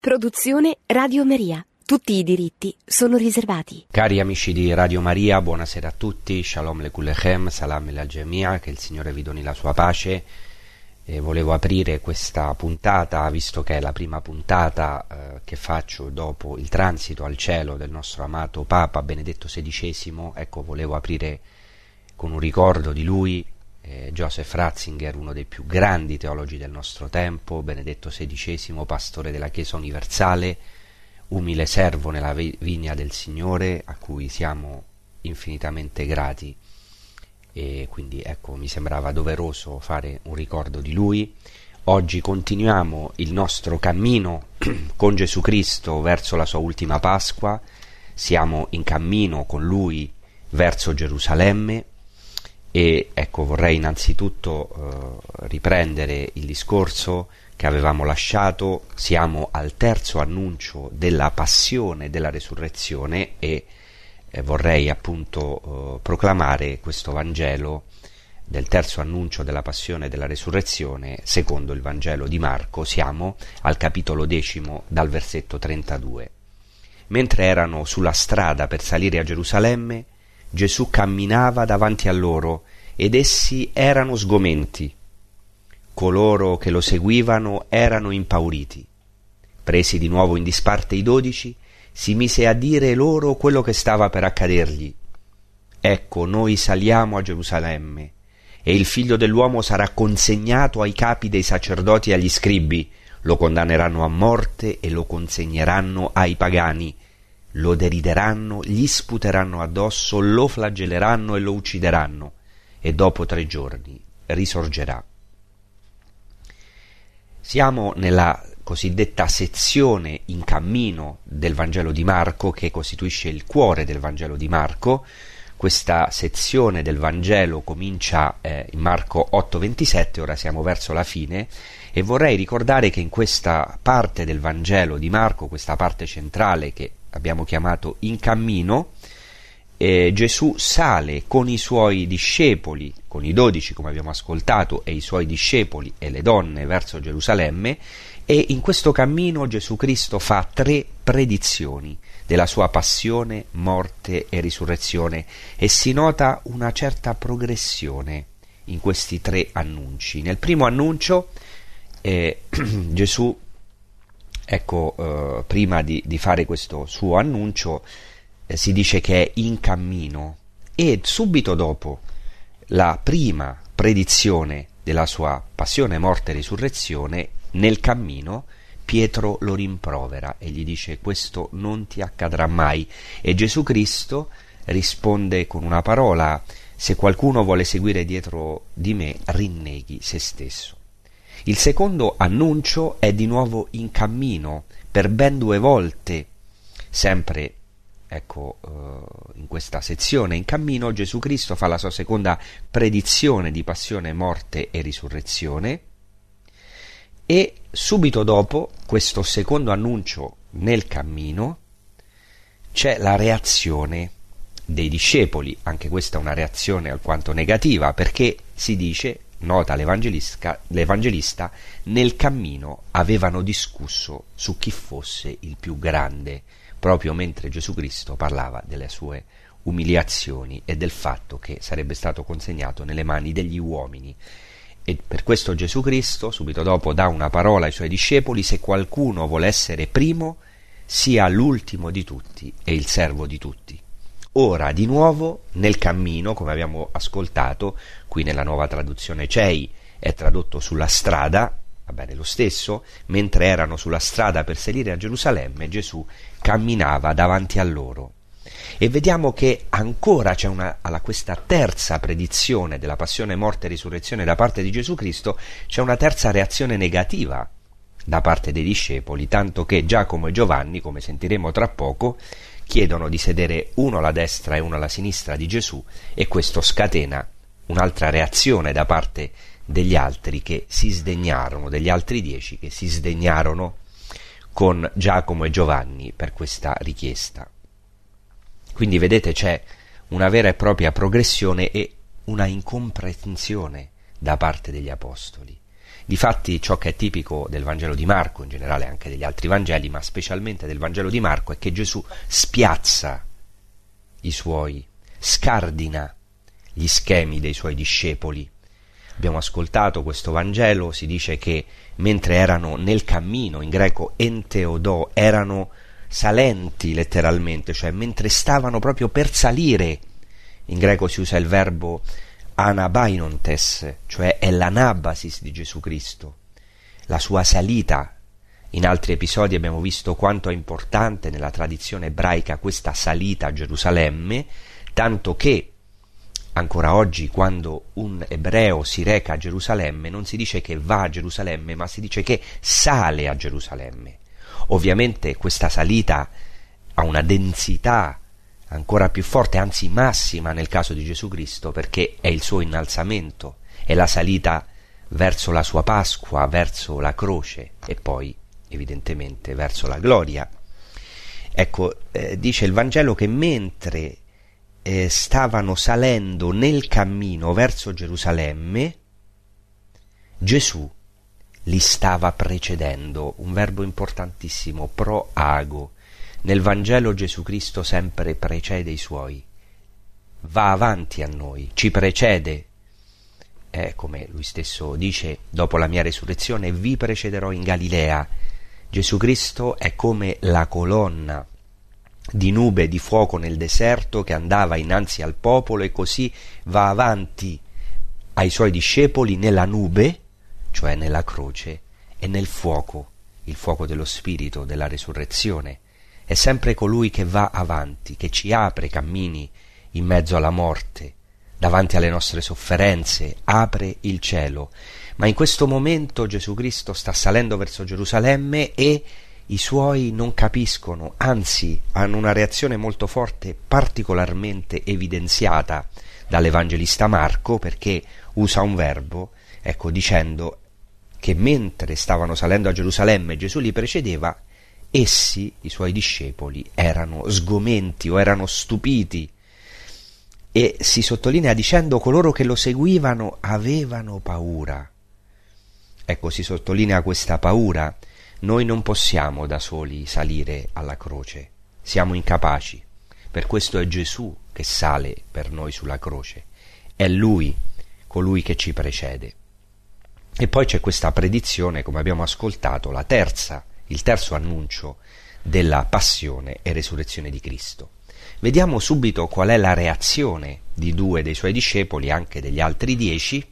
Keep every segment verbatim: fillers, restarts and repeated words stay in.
Produzione Radio Maria. Tutti i diritti sono riservati. Cari amici di Radio Maria, buonasera a tutti. Shalom lekulechem, salam al Jamia, che il Signore vi doni la sua pace. E volevo aprire questa puntata, visto che è la prima puntata eh, che faccio dopo il transito al cielo del nostro amato Papa Benedetto sedicesimo. Ecco, volevo aprire con un ricordo di lui, eh, Joseph Ratzinger, uno dei più grandi teologi del nostro tempo, Benedetto sedicesimo, pastore della Chiesa universale, umile servo nella vigna del Signore, a cui siamo infinitamente grati. E quindi ecco, mi sembrava doveroso fare un ricordo di lui. Oggi continuiamo il nostro cammino con Gesù Cristo verso la sua ultima Pasqua. Siamo in cammino con lui verso Gerusalemme e ecco, vorrei innanzitutto eh, riprendere il discorso che avevamo lasciato. Siamo al terzo annuncio della passione e della resurrezione e eh, vorrei appunto eh, proclamare questo Vangelo del terzo annuncio della passione e della resurrezione secondo il Vangelo di Marco. Siamo al capitolo decimo dal versetto trentadue. Mentre erano sulla strada per salire a Gerusalemme, Gesù camminava davanti a loro ed essi erano sgomenti. Coloro che lo seguivano erano impauriti. Presi di nuovo in disparte i dodici, si mise a dire loro quello che stava per accadergli. Ecco, noi saliamo a Gerusalemme, e il figlio dell'uomo sarà consegnato ai capi dei sacerdoti e agli scribi, lo condanneranno a morte e lo consegneranno ai pagani, lo derideranno, gli sputeranno addosso, lo flagelleranno e lo uccideranno, e dopo tre giorni risorgerà. Siamo nella cosiddetta sezione in cammino del Vangelo di Marco, che costituisce il cuore del Vangelo di Marco. Questa sezione del Vangelo comincia eh, in Marco otto ventisette, ora siamo verso la fine, e vorrei ricordare che in questa parte del Vangelo di Marco, questa parte centrale che abbiamo chiamato in cammino, eh, Gesù sale con i suoi discepoli, con i dodici come abbiamo ascoltato, e i suoi discepoli e le donne verso Gerusalemme, e in questo cammino Gesù Cristo fa tre predizioni della sua passione, morte e risurrezione, e si nota una certa progressione in questi tre annunci. Nel primo annuncio eh, Gesù, ecco, eh, prima di, di fare questo suo annuncio, eh, si dice che è in cammino, e subito dopo la prima predizione della sua passione, morte e risurrezione, nel cammino Pietro lo rimprovera e gli dice: questo non ti accadrà mai. E Gesù Cristo risponde con una parola: se qualcuno vuole seguire dietro di me, rinneghi se stesso. Il secondo annuncio è di nuovo in cammino, per ben due volte, sempre ecco uh, in questa sezione in cammino Gesù Cristo fa la sua seconda predizione di passione, morte e risurrezione. E subito dopo questo secondo annuncio nel cammino c'è la reazione dei discepoli. Anche questa è una reazione alquanto negativa, perché si dice, nota l'evangelista, l'evangelista, nel cammino avevano discusso su chi fosse il più grande, proprio mentre Gesù Cristo parlava delle sue umiliazioni e del fatto che sarebbe stato consegnato nelle mani degli uomini. E per questo Gesù Cristo subito dopo dà una parola ai suoi discepoli: se qualcuno vuole essere primo, sia l'ultimo di tutti e il servo di tutti. Ora di nuovo nel cammino, come abbiamo ascoltato, qui nella nuova traduzione C E I è tradotto sulla strada, va bene lo stesso, mentre erano sulla strada per salire a Gerusalemme, Gesù camminava davanti a loro. E vediamo che ancora c'è una, alla questa terza predizione della passione, morte e risurrezione da parte di Gesù Cristo, c'è una terza reazione negativa da parte dei discepoli, tanto che Giacomo e Giovanni, come sentiremo tra poco, chiedono di sedere uno alla destra e uno alla sinistra di Gesù, e questo scatena un'altra reazione da parte degli altri che si sdegnarono, degli altri dieci che si sdegnarono con Giacomo e Giovanni per questa richiesta. Quindi vedete, c'è una vera e propria progressione e una incomprensione da parte degli apostoli. Difatti ciò che è tipico del Vangelo di Marco, in generale anche degli altri Vangeli, ma specialmente del Vangelo di Marco, è che Gesù spiazza i suoi, scardina gli schemi dei suoi discepoli. Abbiamo ascoltato questo Vangelo, si dice che mentre erano nel cammino, in greco enteodò, erano salenti letteralmente, cioè mentre stavano proprio per salire, in greco si usa il verbo anabainontes, cioè è l'anabasis di Gesù Cristo, la sua salita. In altri episodi abbiamo visto quanto è importante nella tradizione ebraica questa salita a Gerusalemme, tanto che ancora oggi quando un ebreo si reca a Gerusalemme non si dice che va a Gerusalemme, ma si dice che sale a Gerusalemme. Ovviamente questa salita ha una densità ancora più forte, anzi massima nel caso di Gesù Cristo, perché è il suo innalzamento, è la salita verso la sua Pasqua, verso la croce e poi evidentemente verso la gloria. Ecco, eh, dice il Vangelo che mentre eh, stavano salendo nel cammino verso Gerusalemme, Gesù li stava precedendo, un verbo importantissimo, proago. Nel Vangelo Gesù Cristo sempre precede i suoi, va avanti a noi, ci precede, eh, come lui stesso dice, dopo la mia resurrezione vi precederò in Galilea. Gesù Cristo è come la colonna di nube di fuoco nel deserto che andava innanzi al popolo e così va avanti ai suoi discepoli nella nube, cioè nella croce, e nel fuoco, il fuoco dello Spirito, della resurrezione. È sempre colui che va avanti, che ci apre cammini in mezzo alla morte, davanti alle nostre sofferenze, apre il cielo. Ma in questo momento Gesù Cristo sta salendo verso Gerusalemme e i suoi non capiscono, anzi hanno una reazione molto forte, particolarmente evidenziata dall'Evangelista Marco, perché usa un verbo, ecco, dicendo che mentre stavano salendo a Gerusalemme Gesù li precedeva, essi, i suoi discepoli, erano sgomenti o erano stupiti, e si sottolinea dicendo coloro che lo seguivano avevano paura. Ecco, si sottolinea questa paura. Noi non possiamo da soli salire alla croce, siamo incapaci. Per questo è Gesù che sale per noi sulla croce, è Lui, colui che ci precede. E poi c'è questa predizione, come abbiamo ascoltato, la terza, il terzo annuncio della passione e resurrezione di Cristo. Vediamo subito qual è la reazione di due dei suoi discepoli, anche degli altri dieci,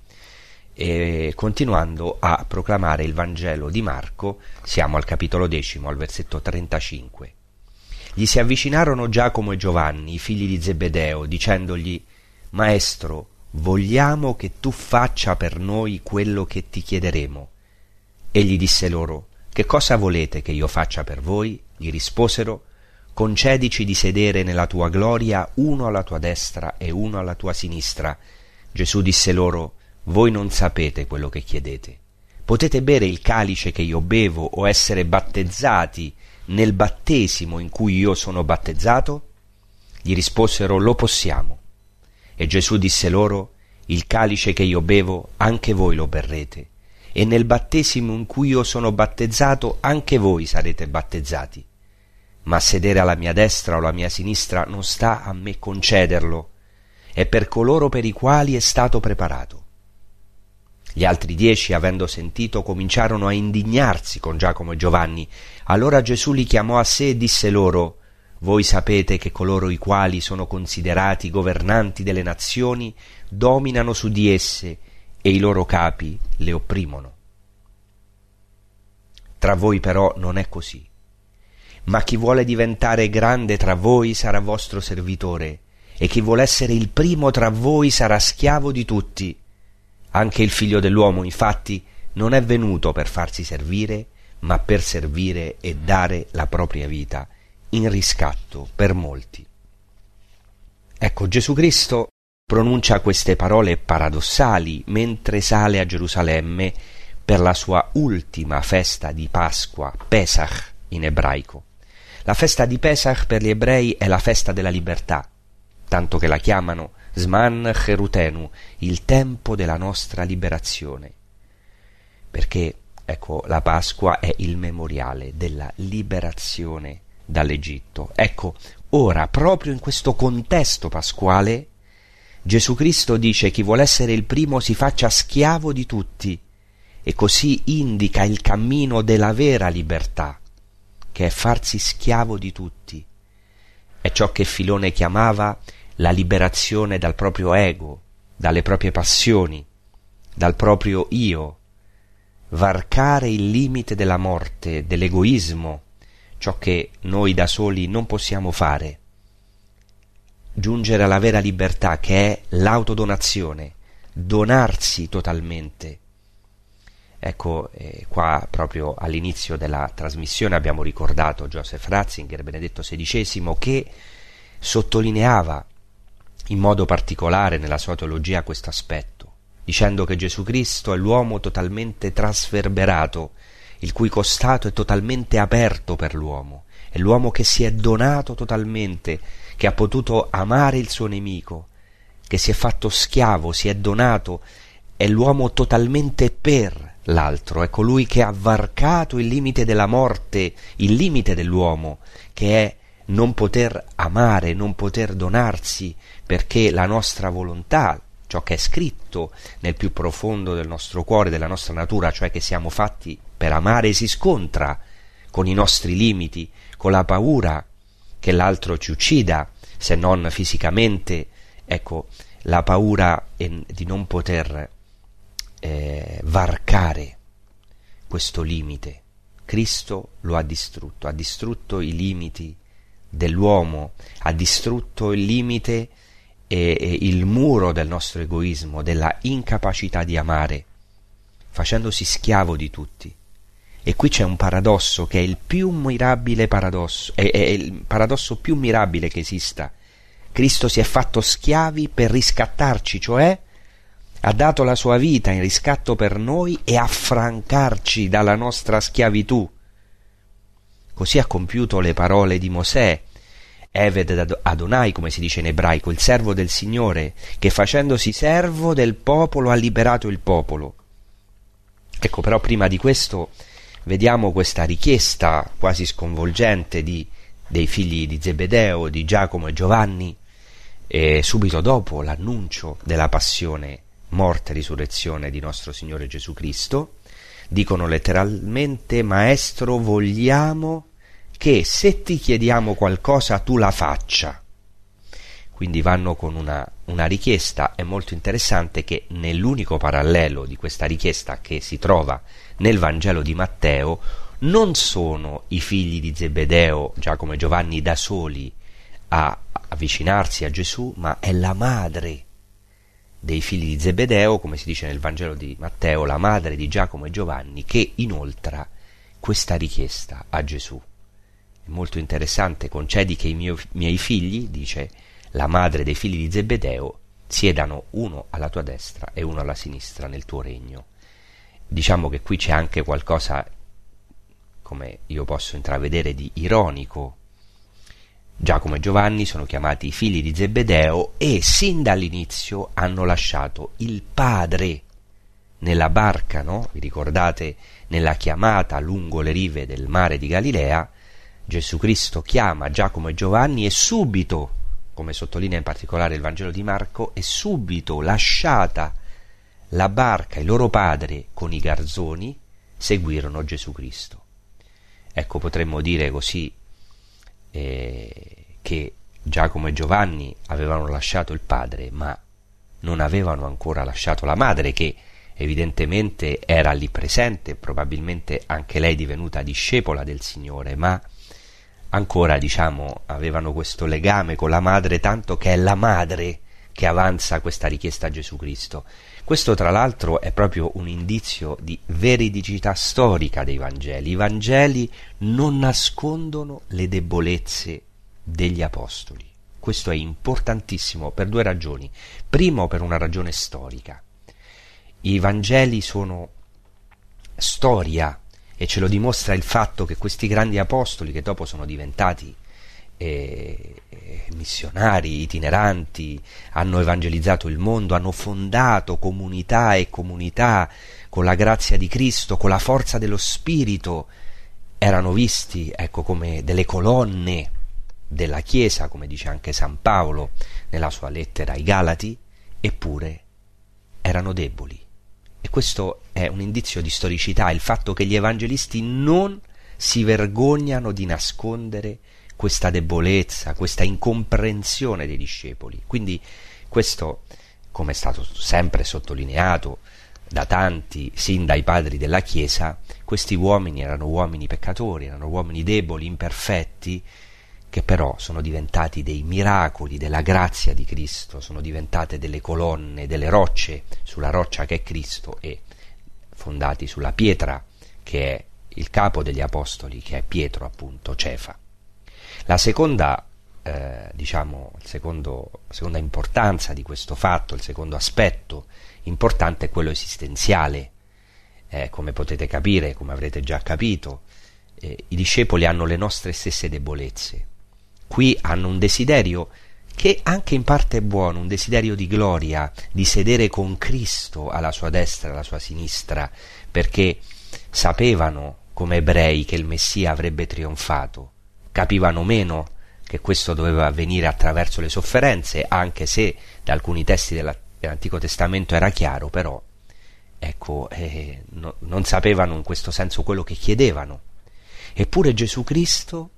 e continuando a proclamare il Vangelo di Marco. Siamo al capitolo decimo, al versetto trentacinque. Gli si avvicinarono Giacomo e Giovanni, i figli di Zebedeo, dicendogli: Maestro, vogliamo che tu faccia per noi quello che ti chiederemo. Egli disse loro: Che cosa volete che io faccia per voi? Gli risposero: Concedici di sedere nella tua gloria, uno alla tua destra e uno alla tua sinistra. Gesù disse loro: Voi non sapete quello che chiedete. Potete bere il calice che io bevo o essere battezzati nel battesimo in cui io sono battezzato? Gli risposero: Lo possiamo. E Gesù disse loro: Il calice che io bevo anche voi lo berrete, e nel battesimo in cui io sono battezzato anche voi sarete battezzati. Ma sedere alla mia destra o alla mia sinistra non sta a me concederlo, è per coloro per i quali è stato preparato. Gli altri dieci, avendo sentito, cominciarono a indignarsi con Giacomo e Giovanni. Allora Gesù li chiamò a sé e disse loro: Voi sapete che coloro i quali sono considerati governanti delle nazioni dominano su di esse e i loro capi le opprimono. Tra voi però non è così. Ma chi vuole diventare grande tra voi sarà vostro servitore, e chi vuole essere il primo tra voi sarà schiavo di tutti. Anche il Figlio dell'uomo, infatti, non è venuto per farsi servire, ma per servire e dare la propria vita in riscatto per molti. Ecco, Gesù Cristo pronuncia queste parole paradossali mentre sale a Gerusalemme per la sua ultima festa di Pasqua, Pesach in ebraico. La festa di Pesach per gli ebrei è la festa della libertà, tanto che la chiamano Zman Cherutenu, il tempo della nostra liberazione. perché ecco, la Pasqua è il memoriale della liberazione dall'Egitto. Ecco, ora, proprio in questo contesto pasquale, Gesù Cristo dice: chi vuole essere il primo si faccia schiavo di tutti, e così indica il cammino della vera libertà, che è farsi schiavo di tutti. È ciò che Filone chiamava la liberazione dal proprio ego, dalle proprie passioni, dal proprio io, varcare il limite della morte, dell'egoismo, ciò che noi da soli non possiamo fare, giungere alla vera libertà, che è l'autodonazione, donarsi totalmente. Ecco, eh, qua proprio all'inizio della trasmissione abbiamo ricordato Joseph Ratzinger, Benedetto sedicesimo, che sottolineava in modo particolare nella sua teologia questo aspetto, dicendo che Gesù Cristo è l'uomo totalmente trasverberato, il cui costato è totalmente aperto per l'uomo, è l'uomo che si è donato totalmente, che ha potuto amare il suo nemico, che si è fatto schiavo, si è donato, è l'uomo totalmente per l'altro, è colui che ha varcato il limite della morte, il limite dell'uomo, che è non poter amare, non poter donarsi, perché la nostra volontà, ciò che è scritto nel più profondo del nostro cuore, della nostra natura, cioè che siamo fatti per amare, si scontra con i nostri limiti, con la paura che l'altro ci uccida, se non fisicamente, ecco, la paura di non poter eh, varcare questo limite. Cristo lo ha distrutto, ha distrutto i limiti dell'uomo, ha distrutto il limite e, e il muro del nostro egoismo, della incapacità di amare, facendosi schiavo di tutti. E qui c'è un paradosso che è il più mirabile paradosso, è, è il paradosso più mirabile che esista. Cristo si è fatto schiavi per riscattarci, cioè ha dato la sua vita in riscatto per noi e affrancarci dalla nostra schiavitù. Così ha compiuto le parole di Mosè, Eved Adonai, come si dice in ebraico, il servo del Signore, che facendosi servo del popolo ha liberato il popolo. Ecco, però prima di questo vediamo questa richiesta quasi sconvolgente di, dei figli di Zebedeo, di Giacomo e Giovanni, e subito dopo l'annuncio della passione, morte e risurrezione di nostro Signore Gesù Cristo. Dicono letteralmente: Maestro, vogliamo che se ti chiediamo qualcosa tu la faccia. Quindi vanno con una, una richiesta. È molto interessante che nell'unico parallelo di questa richiesta che si trova nel Vangelo di Matteo non sono i figli di Zebedeo, Giacomo e Giovanni, da soli a avvicinarsi a Gesù, ma è la madre dei figli di Zebedeo, come si dice nel Vangelo di Matteo, la madre di Giacomo e Giovanni, che inoltra questa richiesta a Gesù. È molto interessante: concedi che i miei, miei figli, dice la madre dei figli di Zebedeo, siedano uno alla tua destra e uno alla sinistra nel tuo regno. Diciamo che qui c'è anche qualcosa, come io posso intravedere, di ironico. Giacomo e Giovanni sono chiamati i figli di Zebedeo e sin dall'inizio hanno lasciato il padre nella barca, no? Vi ricordate nella chiamata lungo le rive del mare di Galilea? Gesù Cristo chiama Giacomo e Giovanni e subito, come sottolinea in particolare il Vangelo di Marco, e subito lasciata la barca, il loro padre con i garzoni, seguirono Gesù Cristo. Ecco, potremmo dire così eh, che Giacomo e Giovanni avevano lasciato il padre, ma non avevano ancora lasciato la madre, che evidentemente era lì presente, probabilmente anche lei divenuta discepola del Signore, ma ancora, diciamo, avevano questo legame con la madre, tanto che è la madre che avanza questa richiesta a Gesù Cristo. Questo, tra l'altro, è proprio un indizio di veridicità storica dei Vangeli. I Vangeli non nascondono le debolezze degli Apostoli. Questo è importantissimo per due ragioni. Primo, per una ragione storica. I Vangeli sono storia, e ce lo dimostra il fatto che questi grandi apostoli, che dopo sono diventati eh, eh, missionari itineranti, hanno evangelizzato il mondo, hanno fondato comunità e comunità con la grazia di Cristo, con la forza dello Spirito, erano visti, ecco, come delle colonne della Chiesa, come dice anche San Paolo nella sua lettera ai Galati, eppure erano deboli. E questo è un indizio di storicità, il fatto che gli evangelisti non si vergognano di nascondere questa debolezza, questa incomprensione dei discepoli. Quindi questo, come è stato sempre sottolineato da tanti, sin dai padri della Chiesa, questi uomini erano uomini peccatori, erano uomini deboli, imperfetti, che però sono diventati dei miracoli della grazia di Cristo, sono diventate delle colonne, delle rocce, sulla roccia che è Cristo, e fondati sulla pietra che è il capo degli apostoli, che è Pietro, appunto, Cefa. La seconda, eh, diciamo, il secondo, la seconda importanza di questo fatto, il secondo aspetto importante è quello esistenziale. Eh, come potete capire, come avrete già capito, eh, i discepoli hanno le nostre stesse debolezze. Qui hanno un desiderio che anche in parte è buono, un desiderio di gloria, di sedere con Cristo alla sua destra, alla sua sinistra, perché sapevano, come ebrei, che il Messia avrebbe trionfato. Capivano meno che questo doveva avvenire attraverso le sofferenze, anche se da alcuni testi della, dell'Antico Testamento era chiaro, però ecco, eh, no, non sapevano in questo senso quello che chiedevano. Eppure Gesù Cristo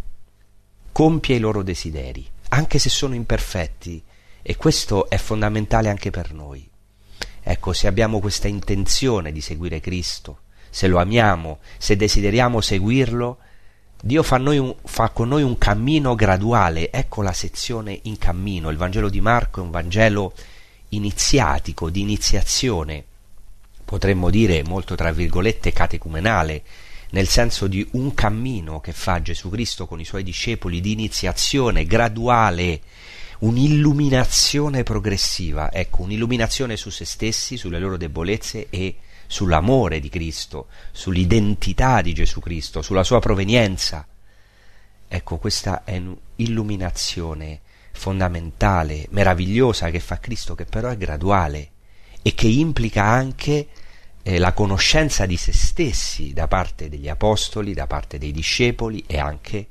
compie i loro desideri, anche se sono imperfetti, e questo è fondamentale anche per noi. Ecco, se abbiamo questa intenzione di seguire Cristo, se lo amiamo, se desideriamo seguirlo, Dio fa, noi un, fa con noi un cammino graduale. Ecco la sezione in cammino. Il Vangelo di Marco è un Vangelo iniziatico, di iniziazione, potremmo dire molto tra virgolette catecumenale, nel senso di un cammino che fa Gesù Cristo con i suoi discepoli di iniziazione graduale, un'illuminazione progressiva, ecco, un'illuminazione su se stessi, sulle loro debolezze e sull'amore di Cristo, sull'identità di Gesù Cristo, sulla sua provenienza. Ecco, questa è un'illuminazione fondamentale, meravigliosa che fa Cristo, che però è graduale e che implica anche eh, la conoscenza di se stessi da parte degli apostoli, da parte dei discepoli, e anche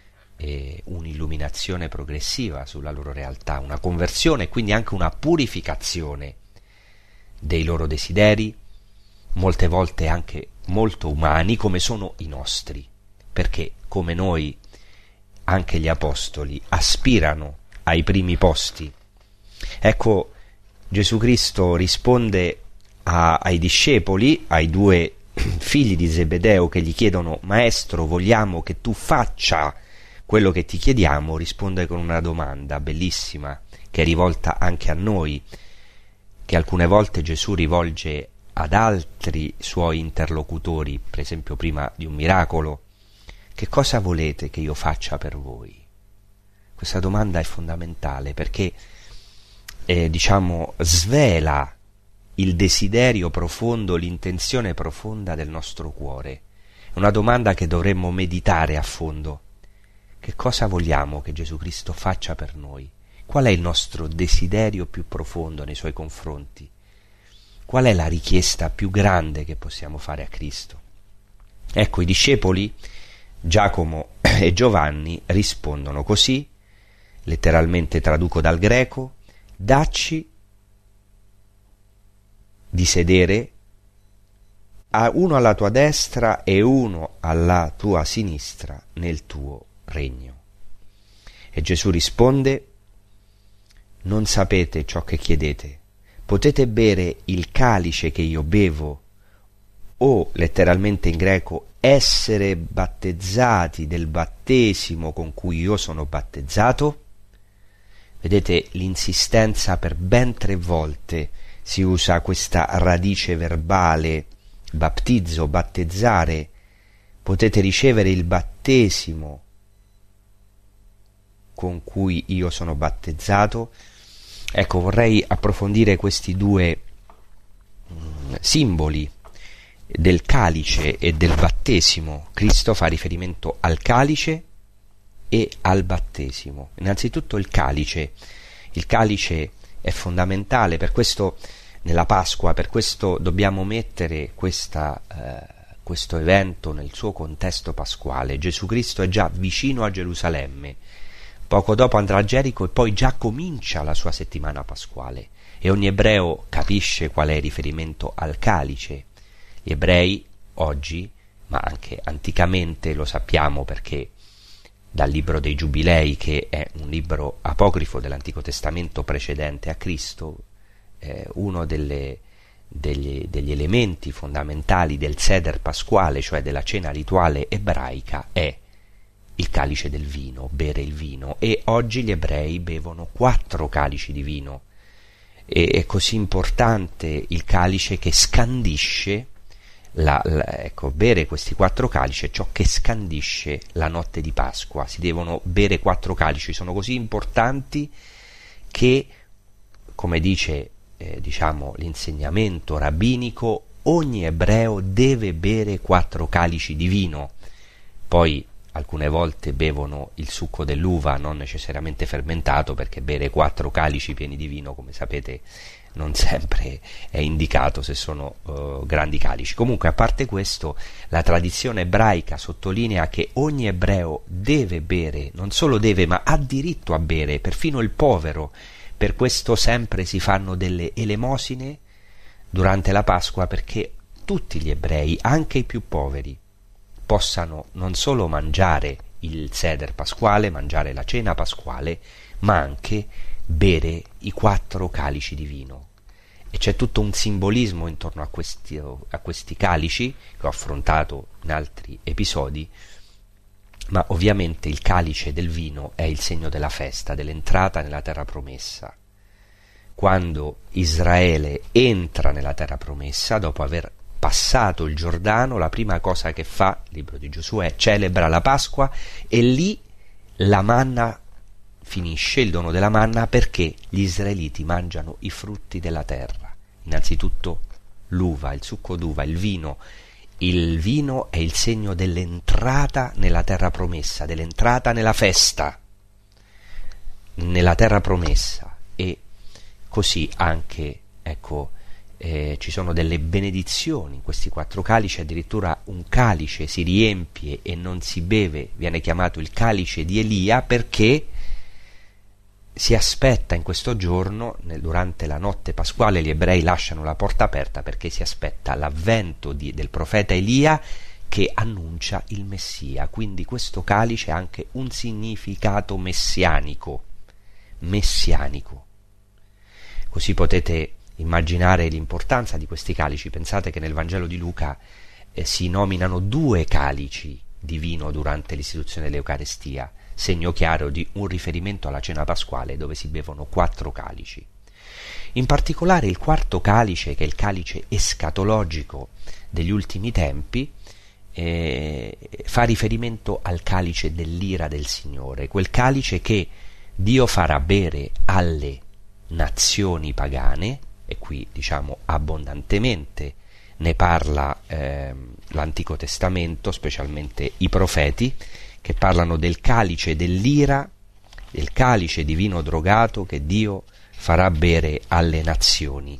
eh, un'illuminazione progressiva sulla loro realtà, una conversione e quindi anche una purificazione dei loro desideri, molte volte anche molto umani, come sono i nostri, perché come noi anche gli apostoli aspirano ai primi posti. Ecco, Gesù Cristo risponde a, ai discepoli, ai due figli di Zebedeo che gli chiedono: Maestro, vogliamo che tu faccia quello che ti chiediamo? Risponde con una domanda bellissima che è rivolta anche a noi, che alcune volte Gesù rivolge ad altri suoi interlocutori, per esempio prima di un miracolo: che cosa volete che io faccia per voi? Questa domanda è fondamentale perché eh, diciamo svela il desiderio profondo, l'intenzione profonda del nostro cuore. È una domanda che dovremmo meditare a fondo. Che cosa vogliamo che Gesù Cristo faccia per noi? Qual è il nostro desiderio più profondo nei suoi confronti? Qual è la richiesta più grande che possiamo fare a Cristo? Ecco, i discepoli, Giacomo e Giovanni, rispondono così, letteralmente traduco dal greco: dacci di sedere a uno alla tua destra e uno alla tua sinistra nel tuo regno. E Gesù risponde: non sapete ciò che chiedete. Potete bere il calice che io bevo, o letteralmente in greco essere battezzati del battesimo con cui io sono battezzato? Vedete l'insistenza, per ben tre volte si usa questa radice verbale, battizzo, battezzare. Potete ricevere il battesimo con cui io sono battezzato. Ecco, vorrei approfondire questi due mh, simboli del calice e del battesimo. Cristo fa riferimento al calice e al battesimo. Innanzitutto il calice. Il calice è fondamentale, per questo nella Pasqua. Per questo dobbiamo mettere questa, eh, questo evento nel suo contesto pasquale. Gesù Cristo è già vicino a Gerusalemme, poco dopo andrà a Gerico e poi già comincia la sua settimana pasquale, e ogni ebreo capisce qual è il riferimento al calice. Gli ebrei oggi, ma anche anticamente, lo sappiamo perché dal libro dei Giubilei, che è un libro apocrifo dell'Antico Testamento precedente a Cristo, eh, uno delle, degli, degli elementi fondamentali del Seder pasquale, cioè della cena rituale ebraica, è il calice del vino, bere il vino, e oggi gli ebrei bevono quattro calici di vino. E è così importante il calice che scandisce La, la, ecco, bere questi quattro calici è ciò che scandisce la notte di Pasqua. Si devono bere quattro calici, sono così importanti che, come dice eh, diciamo l'insegnamento rabbinico, ogni ebreo deve bere quattro calici di vino. Poi alcune volte bevono il succo dell'uva non necessariamente fermentato, perché bere quattro calici pieni di vino, come sapete, non sempre è indicato se sono uh, grandi calici. Comunque, a parte questo, la tradizione ebraica sottolinea che ogni ebreo deve bere, non solo deve, ma ha diritto a bere, perfino il povero. Per questo sempre si fanno delle elemosine durante la Pasqua, perché tutti gli ebrei, anche i più poveri, possano non solo mangiare il seder pasquale, mangiare la cena pasquale, ma anche bere i quattro calici di vino. E c'è tutto un simbolismo intorno a questi, a questi calici, che ho affrontato in altri episodi, ma ovviamente il calice del vino è il segno della festa, dell'entrata nella terra promessa. Quando Israele entra nella terra promessa, dopo aver passato il Giordano, la prima cosa che fa, il libro di Giosuè, celebra la Pasqua, e lì la manna finisce, il dono della manna, perché gli israeliti mangiano i frutti della terra. Innanzitutto l'uva, il succo d'uva, il vino. Il vino è il segno dell'entrata nella terra promessa, dell'entrata nella festa, nella terra promessa. E così anche, ecco, Eh, ci sono delle benedizioni in questi quattro calici. Addirittura un calice si riempie e non si beve, viene chiamato il calice di Elia, perché si aspetta in questo giorno, nel, durante la notte pasquale, gli ebrei lasciano la porta aperta perché si aspetta l'avvento di, del profeta Elia, che annuncia il Messia. Quindi questo calice ha anche un significato messianico, messianico. Così potete immaginare l'importanza di questi calici. Pensate che nel Vangelo di Luca eh, si nominano due calici di vino durante l'istituzione dell'Eucarestia, segno chiaro di un riferimento alla cena pasquale, dove si bevono quattro calici. In particolare il quarto calice, che è il calice escatologico degli ultimi tempi, eh, fa riferimento al calice dell'ira del Signore, quel calice che Dio farà bere alle nazioni pagane. E qui, diciamo, abbondantemente ne parla eh, l'Antico Testamento, specialmente i profeti, che parlano del calice dell'ira, del calice di vino drogato che Dio farà bere alle nazioni,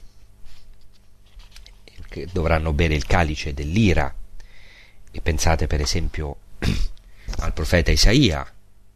che dovranno bere il calice dell'ira. E pensate per esempio al profeta Isaia,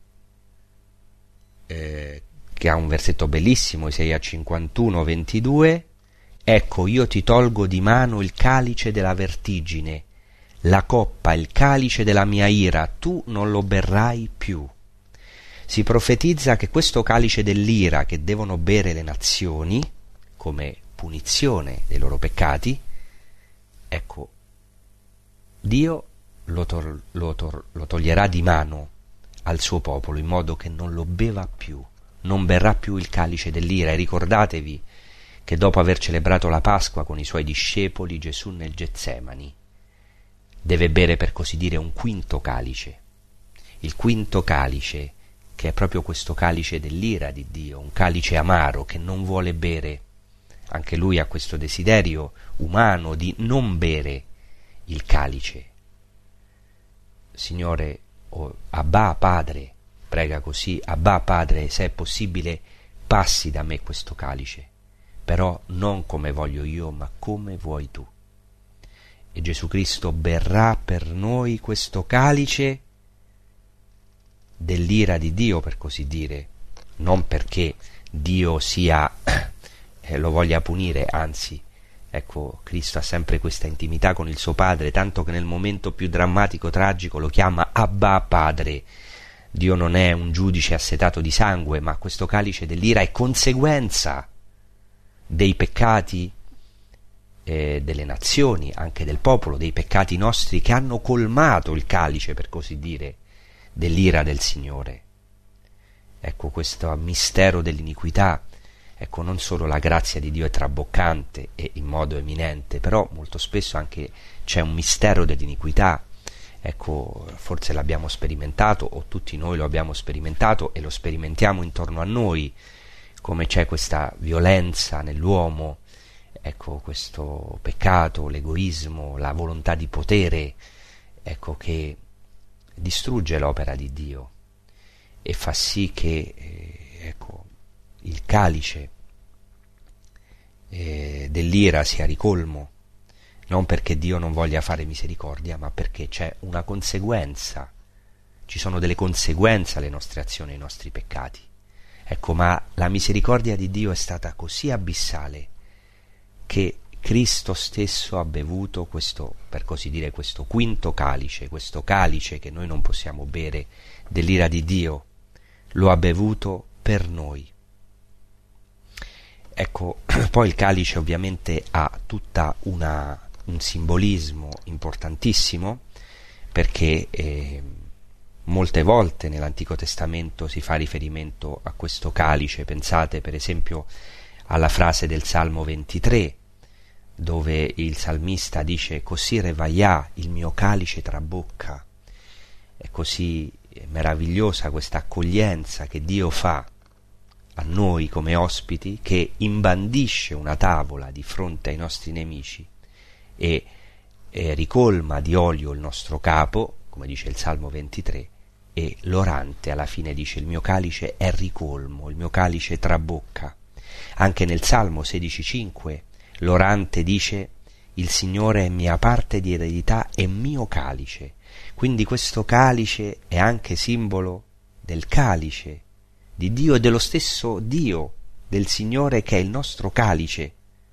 eh, che ha un versetto bellissimo, Isaia cinquantuno ventidue: ecco, io ti tolgo di mano il calice della vertigine, la coppa, il calice della mia ira, tu non lo berrai più. Si profetizza che questo calice dell'ira che devono bere le nazioni come punizione dei loro peccati, ecco, Dio lo, tor- lo, tor- lo toglierà di mano al suo popolo, in modo che non lo beva più, non berrà più il calice dell'ira. E ricordatevi che dopo aver celebrato la Pasqua con i suoi discepoli, Gesù nel Getsemani deve bere, per così dire, un quinto calice. Il quinto calice, che è proprio questo calice dell'ira di Dio, un calice amaro che non vuole bere. Anche lui ha questo desiderio umano di non bere il calice. Signore, oh, Abba Padre, prega così: Abba Padre, se è possibile, passi da me questo calice, però non come voglio io, ma come vuoi tu. E Gesù Cristo berrà per noi questo calice dell'ira di Dio, per così dire, non perché Dio sia eh, lo voglia punire, anzi, ecco, Cristo ha sempre questa intimità con il suo Padre, tanto che nel momento più drammatico, tragico, lo chiama Abba Padre. Dio non è un giudice assetato di sangue, ma questo calice dell'ira è conseguenza dei peccati eh, delle nazioni, anche del popolo, dei peccati nostri che hanno colmato il calice, per così dire, dell'ira del Signore. Ecco, questo mistero dell'iniquità, ecco, non solo la grazia di Dio è traboccante e in modo eminente, però molto spesso anche c'è un mistero dell'iniquità. Ecco, forse l'abbiamo sperimentato, o tutti noi lo abbiamo sperimentato e lo sperimentiamo intorno a noi, come c'è questa violenza nell'uomo, ecco, questo peccato, l'egoismo, la volontà di potere, ecco, che distrugge l'opera di Dio e fa sì che eh, ecco, il calice eh, dell'ira sia ricolmo, non perché Dio non voglia fare misericordia, ma perché c'è una conseguenza, ci sono delle conseguenze alle nostre azioni, ai nostri peccati. Ecco, ma la misericordia di Dio è stata così abissale che Cristo stesso ha bevuto questo, per così dire, questo quinto calice, questo calice che noi non possiamo bere dell'ira di Dio, lo ha bevuto per noi. Ecco, poi il calice ovviamente ha tutta una, un simbolismo importantissimo, perché eh, molte volte nell'Antico Testamento si fa riferimento a questo calice. Pensate per esempio alla frase del Salmo ventitré, dove il salmista dice: così revaià, il mio calice trabocca. È così meravigliosa questa accoglienza che Dio fa a noi come ospiti, che imbandisce una tavola di fronte ai nostri nemici e, e ricolma di olio il nostro capo, come dice il Salmo ventitré, e l'orante alla fine dice: il mio calice è ricolmo, il mio calice trabocca. Anche nel Salmo sedici cinque l'orante dice: il Signore è mia parte di eredità e mio calice. Quindi questo calice è anche simbolo del calice di Dio e dello stesso Dio, del Signore, che è il nostro calice.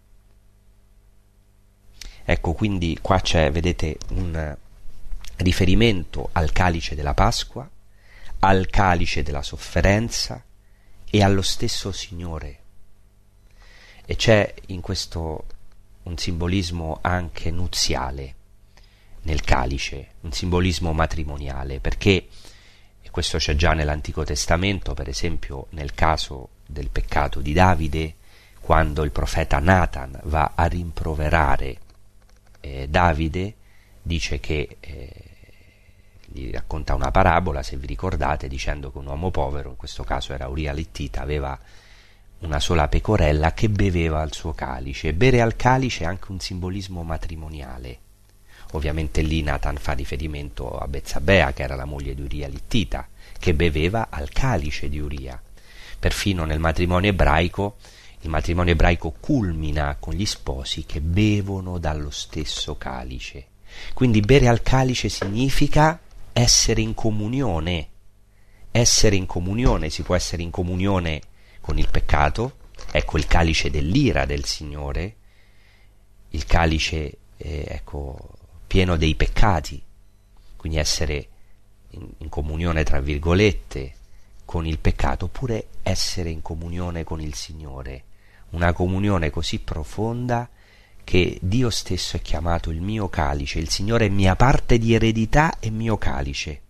Ecco, quindi qua c'è, vedete, un riferimento al calice della Pasqua, al calice della sofferenza e allo stesso Signore. E c'è in questo un simbolismo anche nuziale nel calice, un simbolismo matrimoniale, perché, e questo c'è già nell'Antico Testamento, per esempio nel caso del peccato di Davide, quando il profeta Nathan va a rimproverare eh, Davide, dice che eh, gli racconta una parabola, se vi ricordate, dicendo che un uomo povero, in questo caso era Uria l'Ittita, aveva una sola pecorella che beveva al suo calice. Bere al calice è anche un simbolismo matrimoniale. Ovviamente lì Nathan fa riferimento a Bezzabea, che era la moglie di Uria l'Ittita, che beveva al calice di Uria. Perfino nel matrimonio ebraico, il matrimonio ebraico culmina con gli sposi che bevono dallo stesso calice. Quindi bere al calice significa essere in comunione. Essere in comunione, si può essere in comunione con il peccato, ecco il calice dell'ira del Signore, il calice eh, ecco pieno dei peccati, quindi essere in, in comunione tra virgolette con il peccato, oppure essere in comunione con il Signore, una comunione così profonda che Dio stesso è chiamato il mio calice, il Signore è mia parte di eredità e mio calice.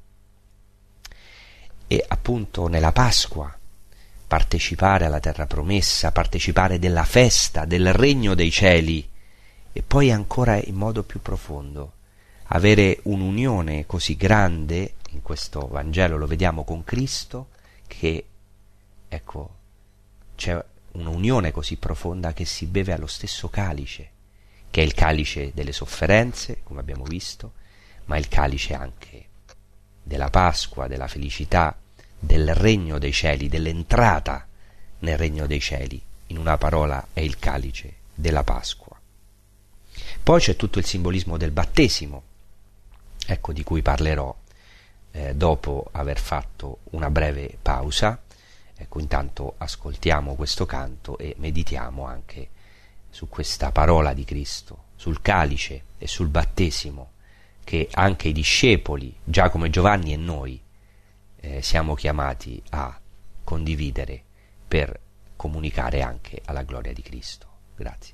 E appunto nella Pasqua partecipare alla terra promessa, partecipare della festa, del regno dei cieli, e poi ancora in modo più profondo avere un'unione così grande, in questo Vangelo lo vediamo con Cristo, che ecco c'è un'unione così profonda che si beve allo stesso calice, che è il calice delle sofferenze, come abbiamo visto, ma il calice anche della Pasqua, della felicità, del regno dei cieli, dell'entrata nel regno dei cieli, in una parola è il calice della Pasqua. Poi c'è tutto il simbolismo del battesimo, ecco, di cui parlerò eh, dopo aver fatto una breve pausa. Ecco, intanto ascoltiamo questo canto e meditiamo anche su questa parola di Cristo, sul calice e sul battesimo che anche i discepoli, Giacomo e Giovanni e noi, eh, siamo chiamati a condividere per comunicare anche alla gloria di Cristo. Grazie.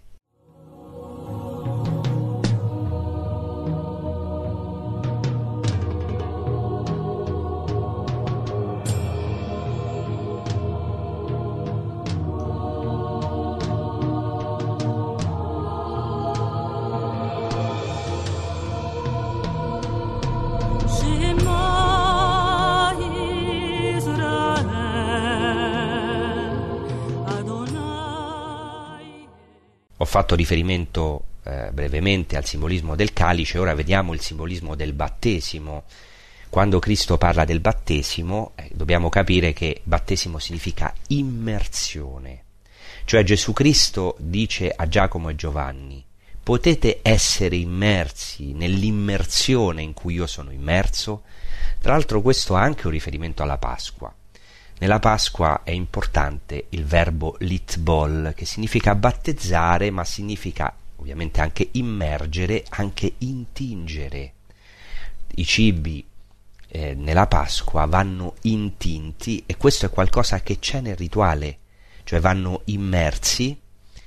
Ho fatto riferimento eh, brevemente al simbolismo del calice, ora vediamo il simbolismo del battesimo. Quando Cristo parla del battesimo, eh, dobbiamo capire che battesimo significa immersione. Cioè Gesù Cristo dice a Giacomo e Giovanni: potete essere immersi nell'immersione in cui io sono immerso? Tra l'altro questo ha anche un riferimento alla Pasqua. Nella Pasqua è importante il verbo litbol, che significa battezzare, ma significa ovviamente anche immergere, anche intingere. I cibi eh, nella Pasqua vanno intinti, e questo è qualcosa che c'è nel rituale, cioè vanno immersi.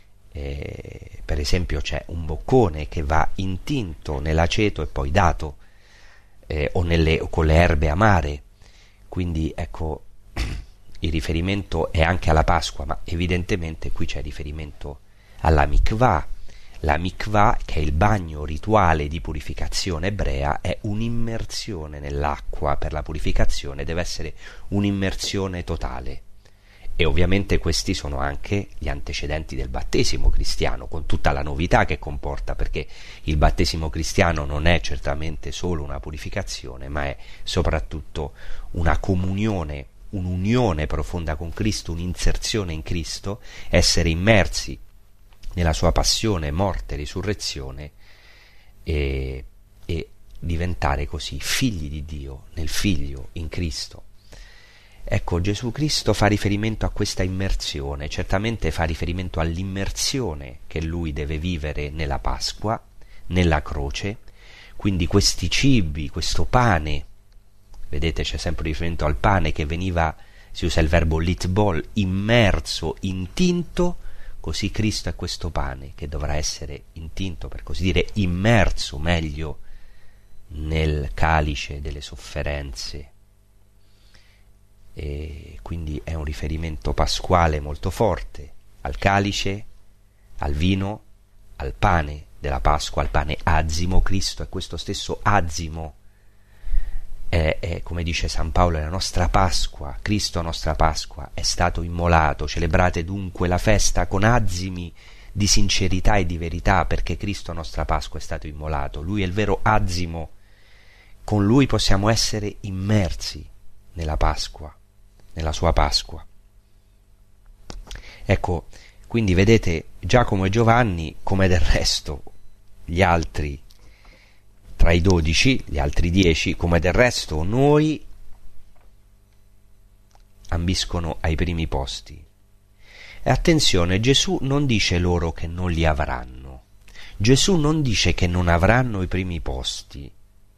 Eh, per esempio c'è un boccone che va intinto nell'aceto e poi dato, eh, o, nelle, o con le erbe amare. Quindi ecco, il riferimento è anche alla Pasqua, ma evidentemente qui c'è riferimento alla mikvah. La mikvah, che è il bagno rituale di purificazione ebrea, è un'immersione nell'acqua per la purificazione, deve essere un'immersione totale. E ovviamente questi sono anche gli antecedenti del battesimo cristiano, con tutta la novità che comporta, perché il battesimo cristiano non è certamente solo una purificazione, ma è soprattutto una comunione, un'unione profonda con Cristo, un'inserzione in Cristo, essere immersi nella sua passione, morte, risurrezione e, e diventare così figli di Dio, nel Figlio, in Cristo. Ecco, Gesù Cristo fa riferimento a questa immersione, certamente fa riferimento all'immersione che lui deve vivere nella Pasqua, nella croce. Quindi questi cibi, questo pane, vedete c'è sempre riferimento al pane che veniva, si usa il verbo litbol, immerso, intinto, così Cristo è questo pane che dovrà essere intinto, per così dire, immerso meglio nel calice delle sofferenze. E quindi è un riferimento pasquale molto forte al calice, al vino, al pane della Pasqua, al pane azimo. Cristo è questo stesso azimo. È, è, come dice San Paolo, è la nostra Pasqua. Cristo, nostra Pasqua, è stato immolato. Celebrate dunque la festa con azimi di sincerità e di verità, perché Cristo, nostra Pasqua, è stato immolato. Lui è il vero azimo. Con lui possiamo essere immersi nella Pasqua, nella sua Pasqua. Ecco, quindi vedete, Giacomo e Giovanni, come del resto gli altri tra i dodici, gli altri dieci, come del resto noi, ambiscono ai primi posti. E attenzione, Gesù non dice loro che non li avranno. Gesù non dice che non avranno i primi posti.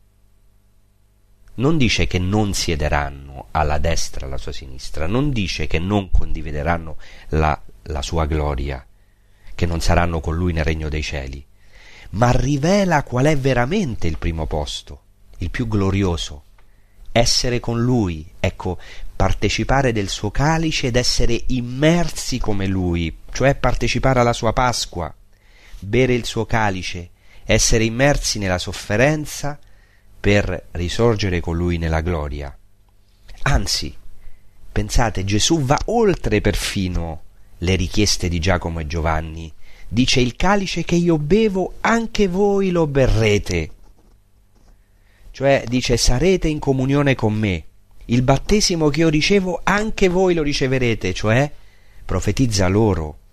Non dice che non siederanno alla destra, alla sua sinistra. Non dice che non condivideranno la, la sua gloria, che non saranno con lui nel regno dei cieli. Ma rivela qual è veramente il primo posto, il più glorioso. Essere con lui, ecco, partecipare del suo calice ed essere immersi come lui, cioè partecipare alla sua Pasqua, bere il suo calice, essere immersi nella sofferenza per risorgere con lui nella gloria. Anzi, pensate, Gesù va oltre perfino le richieste di Giacomo e Giovanni. Dice: il calice che io bevo anche voi lo berrete. Cioè dice: sarete in comunione con me. Il battesimo che io ricevo anche voi lo riceverete. Cioè profetizza loro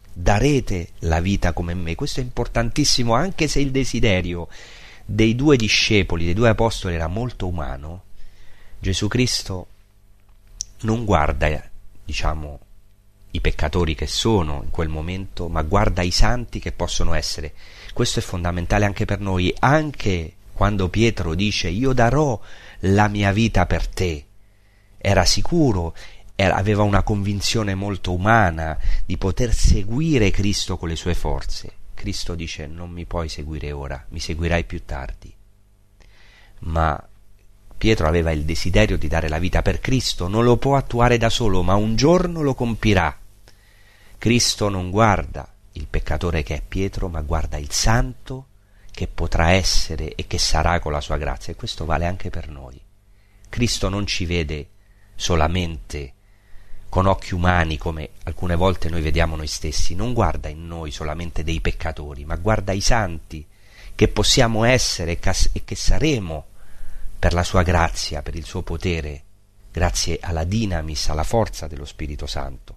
darete la vita come me. Questo è importantissimo, anche se il desiderio dei due discepoli, dei due apostoli era molto umano. Gesù Cristo non guarda, diciamo, i peccatori che sono in quel momento, ma guarda i santi che possono essere. Questo è fondamentale anche per noi, anche quando Pietro dice io darò la mia vita per te. Era sicuro, era, aveva una convinzione molto umana di poter seguire Cristo con le sue forze. Cristo dice non mi puoi seguire ora, mi seguirai più tardi. Ma Pietro aveva il desiderio di dare la vita per Cristo, non lo può attuare da solo, ma un giorno lo compirà. Cristo non guarda il peccatore che è Pietro, ma guarda il santo che potrà essere e che sarà con la sua grazia, e questo vale anche per noi. Cristo non ci vede solamente con occhi umani come alcune volte noi vediamo noi stessi, non guarda in noi solamente dei peccatori, ma guarda i santi che possiamo essere e che saremo per la sua grazia, per il suo potere, grazie alla dinamis, alla forza dello Spirito Santo.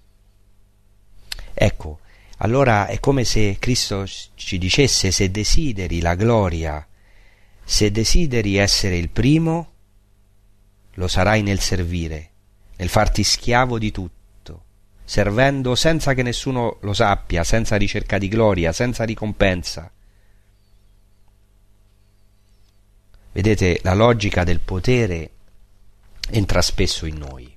Ecco, allora è come se Cristo ci dicesse: se desideri la gloria, se desideri essere il primo, lo sarai nel servire, nel farti schiavo di tutto, servendo senza che nessuno lo sappia, senza ricerca di gloria, senza ricompensa. Vedete, la logica del potere entra spesso in noi.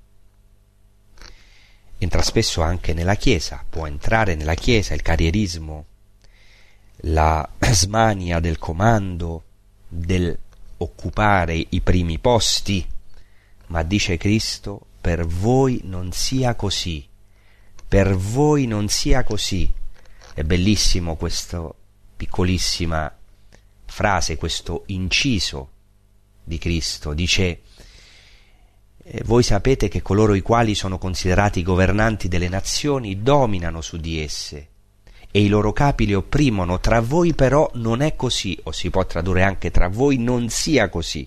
Entra spesso anche nella Chiesa, può entrare nella Chiesa il carrierismo, la smania del comando, del occupare i primi posti, ma dice Cristo, per voi non sia così, per voi non sia così. È bellissimo questa piccolissima frase, questo inciso di Cristo, dice voi sapete che coloro i quali sono considerati governanti delle nazioni dominano su di esse e i loro capi li opprimono, tra voi però non è così, o si può tradurre anche tra voi non sia così.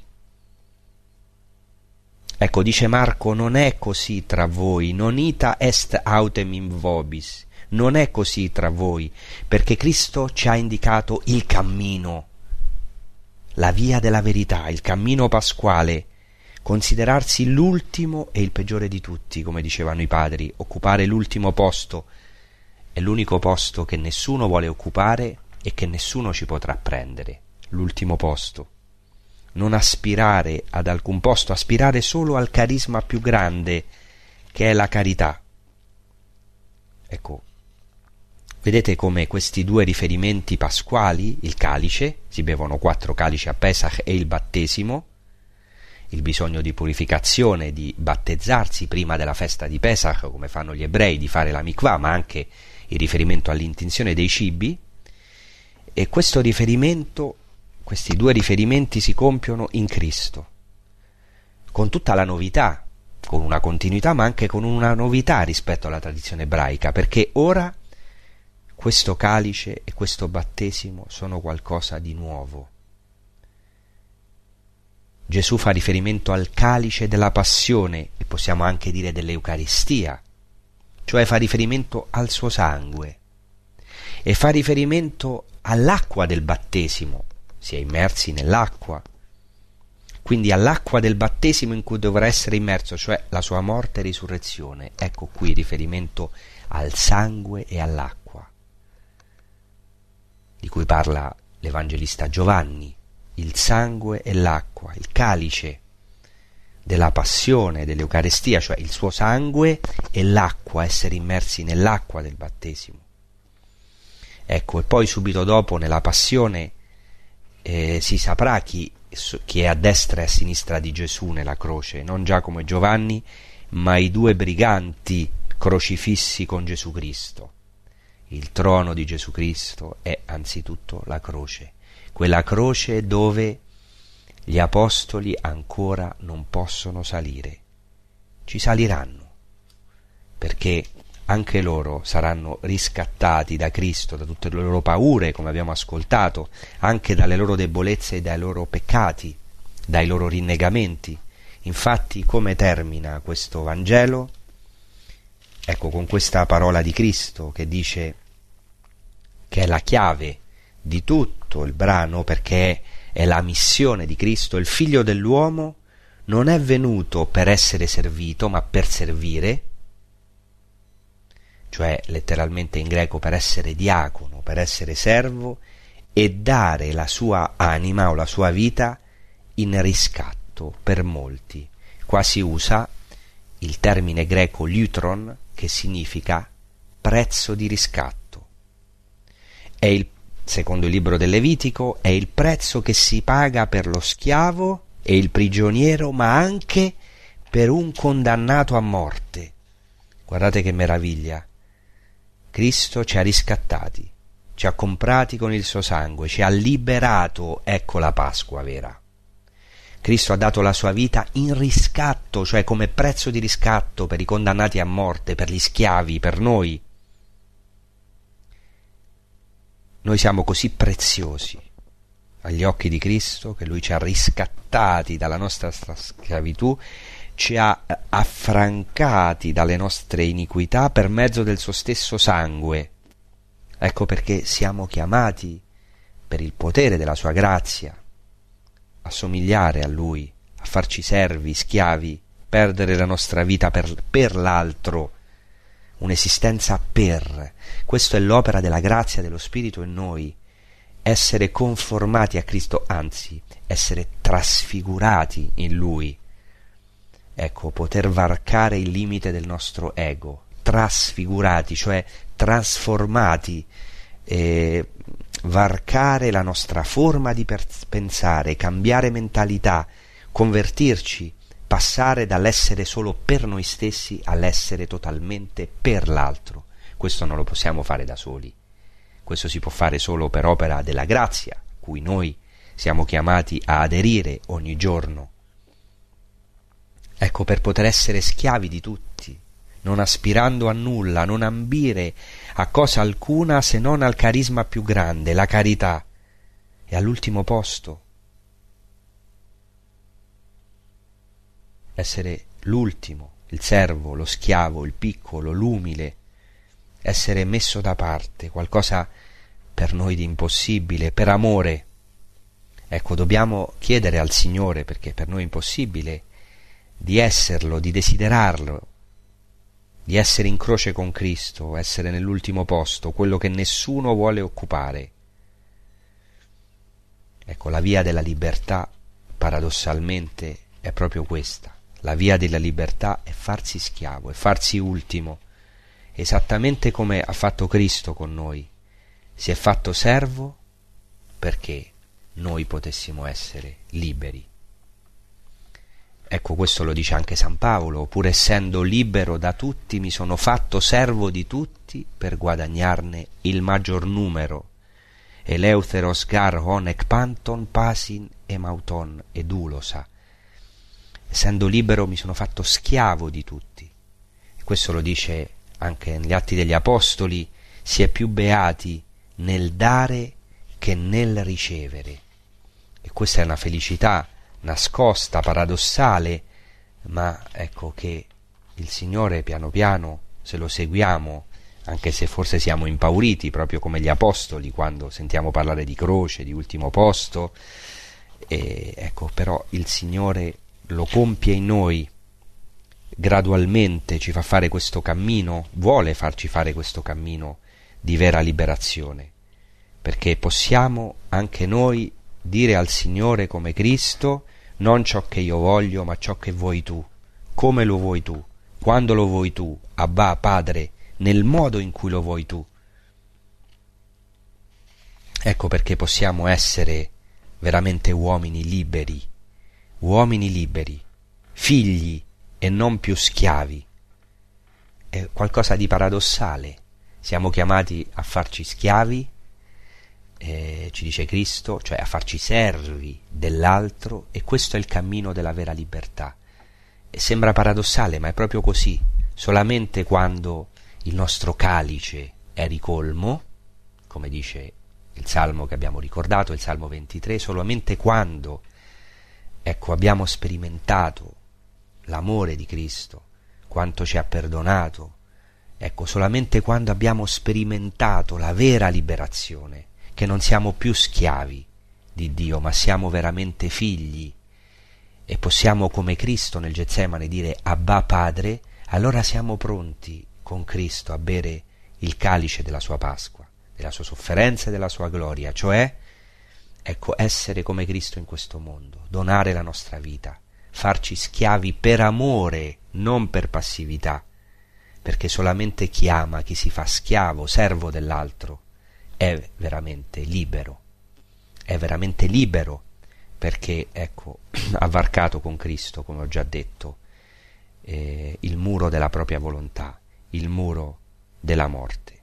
Ecco, dice Marco, non è così tra voi, non ita est autem in vobis, non è così tra voi, perché Cristo ci ha indicato il cammino, la via della verità, il cammino pasquale, considerarsi l'ultimo e il peggiore di tutti, come dicevano i padri, occupare l'ultimo posto, è l'unico posto che nessuno vuole occupare e che nessuno ci potrà prendere, l'ultimo posto. Non aspirare ad alcun posto, aspirare solo al carisma più grande, che è la carità. Ecco, vedete come questi due riferimenti pasquali, il calice, si bevono quattro calici a Pesach, e il battesimo, il bisogno di purificazione, di battezzarsi prima della festa di Pesach, come fanno gli ebrei, di fare la mikvah, ma anche il riferimento all'intinzione dei cibi, e questo riferimento, questi due riferimenti si compiono in Cristo, con tutta la novità, con una continuità, ma anche con una novità rispetto alla tradizione ebraica, perché ora questo calice e questo battesimo sono qualcosa di nuovo. Gesù fa riferimento al calice della passione e possiamo anche dire dell'Eucaristia, cioè fa riferimento al suo sangue e fa riferimento all'acqua del battesimo, si è immersi nell'acqua, quindi all'acqua del battesimo in cui dovrà essere immerso, cioè la sua morte e risurrezione. Ecco qui riferimento al sangue e all'acqua, di cui parla l'Evangelista Giovanni. Il sangue e l'acqua, il calice della passione, dell'Eucarestia, cioè il suo sangue e l'acqua, essere immersi nell'acqua del battesimo. Ecco, e poi subito dopo nella passione eh, si saprà chi, chi è a destra e a sinistra di Gesù nella croce, non Giacomo e Giovanni, ma i due briganti crocifissi con Gesù Cristo. Il trono di Gesù Cristo è anzitutto la croce, quella croce dove gli apostoli ancora non possono salire. Ci saliranno, perché anche loro saranno riscattati da Cristo, da tutte le loro paure, come abbiamo ascoltato, anche dalle loro debolezze e dai loro peccati, dai loro rinnegamenti. Infatti, come termina questo Vangelo? ecco, con questa parola di Cristo che dice che è la chiave di tutto il brano, perché è la missione di Cristo, il figlio dell'uomo non è venuto per essere servito, ma per servire, cioè letteralmente in greco per essere diacono, per essere servo e dare la sua anima o la sua vita in riscatto per molti. Qua si usa il termine greco lutron, che significa prezzo di riscatto. È il, secondo il libro del Levitico, è il prezzo che si paga per lo schiavo e il prigioniero, ma anche per un condannato a morte. Guardate che meraviglia! Cristo ci ha riscattati, ci ha comprati con il suo sangue, ci ha liberato, ecco la Pasqua vera. Cristo ha dato la sua vita in riscatto, cioè come prezzo di riscatto per i condannati a morte, per gli schiavi, per noi. Noi siamo così preziosi agli occhi di Cristo che Lui ci ha riscattati dalla nostra schiavitù, ci ha affrancati dalle nostre iniquità per mezzo del suo stesso sangue. Ecco perché siamo chiamati, per il potere della sua grazia, a somigliare a Lui, a farci servi, schiavi, perdere la nostra vita per, per l'altro, un'esistenza per. Questo è l'opera della grazia dello Spirito in noi, essere conformati a Cristo, anzi, essere trasfigurati in Lui. Ecco, poter varcare il limite del nostro ego, trasfigurati, cioè trasformati, eh, varcare la nostra forma di pensare, cambiare mentalità, convertirci, passare dall'essere solo per noi stessi all'essere totalmente per l'altro. Questo non lo possiamo fare da soli, questo si può fare solo per opera della grazia, cui noi siamo chiamati a aderire ogni giorno. Ecco, per poter essere schiavi di tutti, non aspirando a nulla, non ambire a cosa alcuna se non al carisma più grande, la carità, e all'ultimo posto essere l'ultimo, il servo, lo schiavo, il piccolo, l'umile, essere messo da parte, qualcosa per noi di impossibile, per amore. Ecco, dobbiamo chiedere al Signore, perché per noi è impossibile, di esserlo, di desiderarlo, di essere in croce con Cristo, essere nell'ultimo posto, quello che nessuno vuole occupare. Ecco, la via della libertà, paradossalmente, è proprio questa. La via della libertà è farsi schiavo, è farsi ultimo, esattamente come ha fatto Cristo con noi. Si è fatto servo perché noi potessimo essere liberi. Ecco, questo lo dice anche San Paolo: pur essendo libero da tutti, mi sono fatto servo di tutti per guadagnarne il maggior numero. Eleutheros gar honek panton pasin emauton edulosa. Essendo libero mi sono fatto schiavo di tutti. E questo lo dice anche negli Atti degli Apostoli: si è più beati nel dare che nel ricevere. E questa è una felicità nascosta, paradossale, ma ecco che il Signore piano piano, se lo seguiamo, anche se forse siamo impauriti, proprio come gli Apostoli, quando sentiamo parlare di croce, di ultimo posto, e ecco, però il Signore lo compie in noi, gradualmente ci fa fare questo cammino, vuole farci fare questo cammino di vera liberazione, perché possiamo anche noi dire al Signore come Cristo: non ciò che io voglio, ma ciò che vuoi tu, come lo vuoi tu, quando lo vuoi tu, Abba, Padre, nel modo in cui lo vuoi tu. Ecco perché possiamo essere veramente uomini liberi, uomini liberi, figli e non più schiavi. È qualcosa di paradossale. Siamo chiamati a farci schiavi, Eh, ci dice Cristo, cioè a farci servi dell'altro, e questo è il cammino della vera libertà. E sembra paradossale, ma è proprio così. Solamente quando il nostro calice è ricolmo, come dice il salmo che abbiamo ricordato, il salmo ventitré, solamente quando ecco abbiamo sperimentato l'amore di Cristo, quanto ci ha perdonato, Ecco, solamente quando abbiamo sperimentato la vera liberazione, che non siamo più schiavi di Dio, ma siamo veramente figli, e possiamo come Cristo nel Getsemane dire Abba Padre, allora siamo pronti con Cristo a bere il calice della sua Pasqua, della sua sofferenza e della sua gloria, cioè, ecco, essere come Cristo in questo mondo, donare la nostra vita, farci schiavi per amore, non per passività, perché solamente chi ama, chi si fa schiavo, servo dell'altro, è veramente libero, è veramente libero, perché, ecco, ha varcato con Cristo, come ho già detto, eh, il muro della propria volontà, il muro della morte.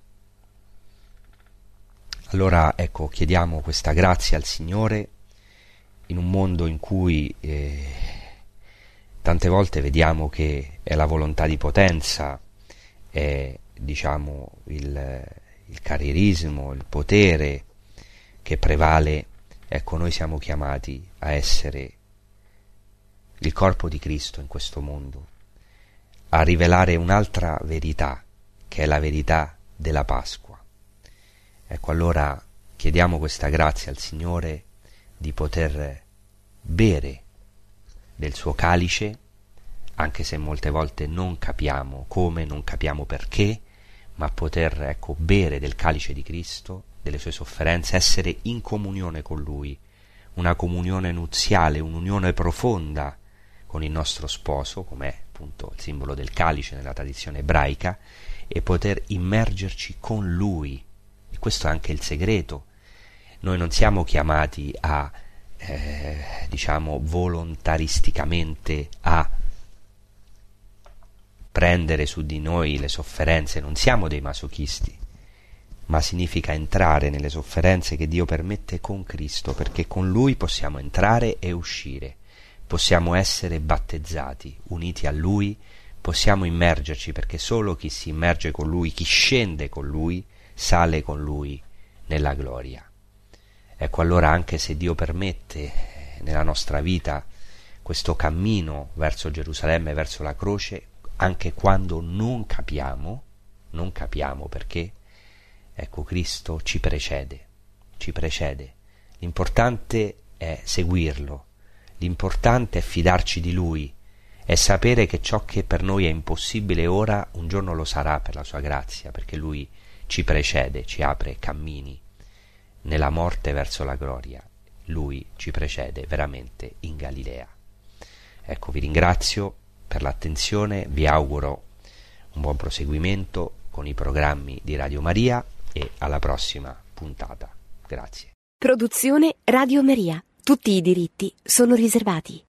Allora, ecco, chiediamo questa grazia al Signore in un mondo in cui eh, tante volte vediamo che è la volontà di potenza, è, diciamo, il, il carrierismo, il potere che prevale. Ecco, noi siamo chiamati a essere il corpo di Cristo in questo mondo, a rivelare un'altra verità, che è la verità della Pasqua. Ecco, allora chiediamo questa grazia al Signore di poter bere del suo calice, anche se molte volte non capiamo come, non capiamo perché, ma poter, ecco, bere del calice di Cristo, delle sue sofferenze, essere in comunione con Lui, una comunione nuziale, un'unione profonda con il nostro sposo, come è appunto il simbolo del calice nella tradizione ebraica, e poter immergerci con Lui. E questo è anche il segreto. Noi non siamo chiamati a, eh, diciamo, volontaristicamente a prendere su di noi le sofferenze, non siamo dei masochisti, ma significa entrare nelle sofferenze che Dio permette con Cristo, perché con Lui possiamo entrare e uscire, possiamo essere battezzati, uniti a Lui, possiamo immergerci, perché solo chi si immerge con Lui, chi scende con Lui, sale con Lui nella gloria. Ecco, allora, anche se Dio permette nella nostra vita questo cammino verso Gerusalemme, verso la croce, anche quando non capiamo, non capiamo perché, ecco, Cristo ci precede, ci precede. L'importante è seguirlo, l'importante è fidarci di Lui, è sapere che ciò che per noi è impossibile ora, un giorno lo sarà per la sua grazia, perché Lui ci precede, ci apre cammini nella morte verso la gloria. Lui ci precede veramente in Galilea. Ecco, vi ringrazio per l'attenzione, vi auguro un buon proseguimento con i programmi di Radio Maria e alla prossima puntata. Grazie. Produzione Radio Maria. Tutti i diritti sono riservati.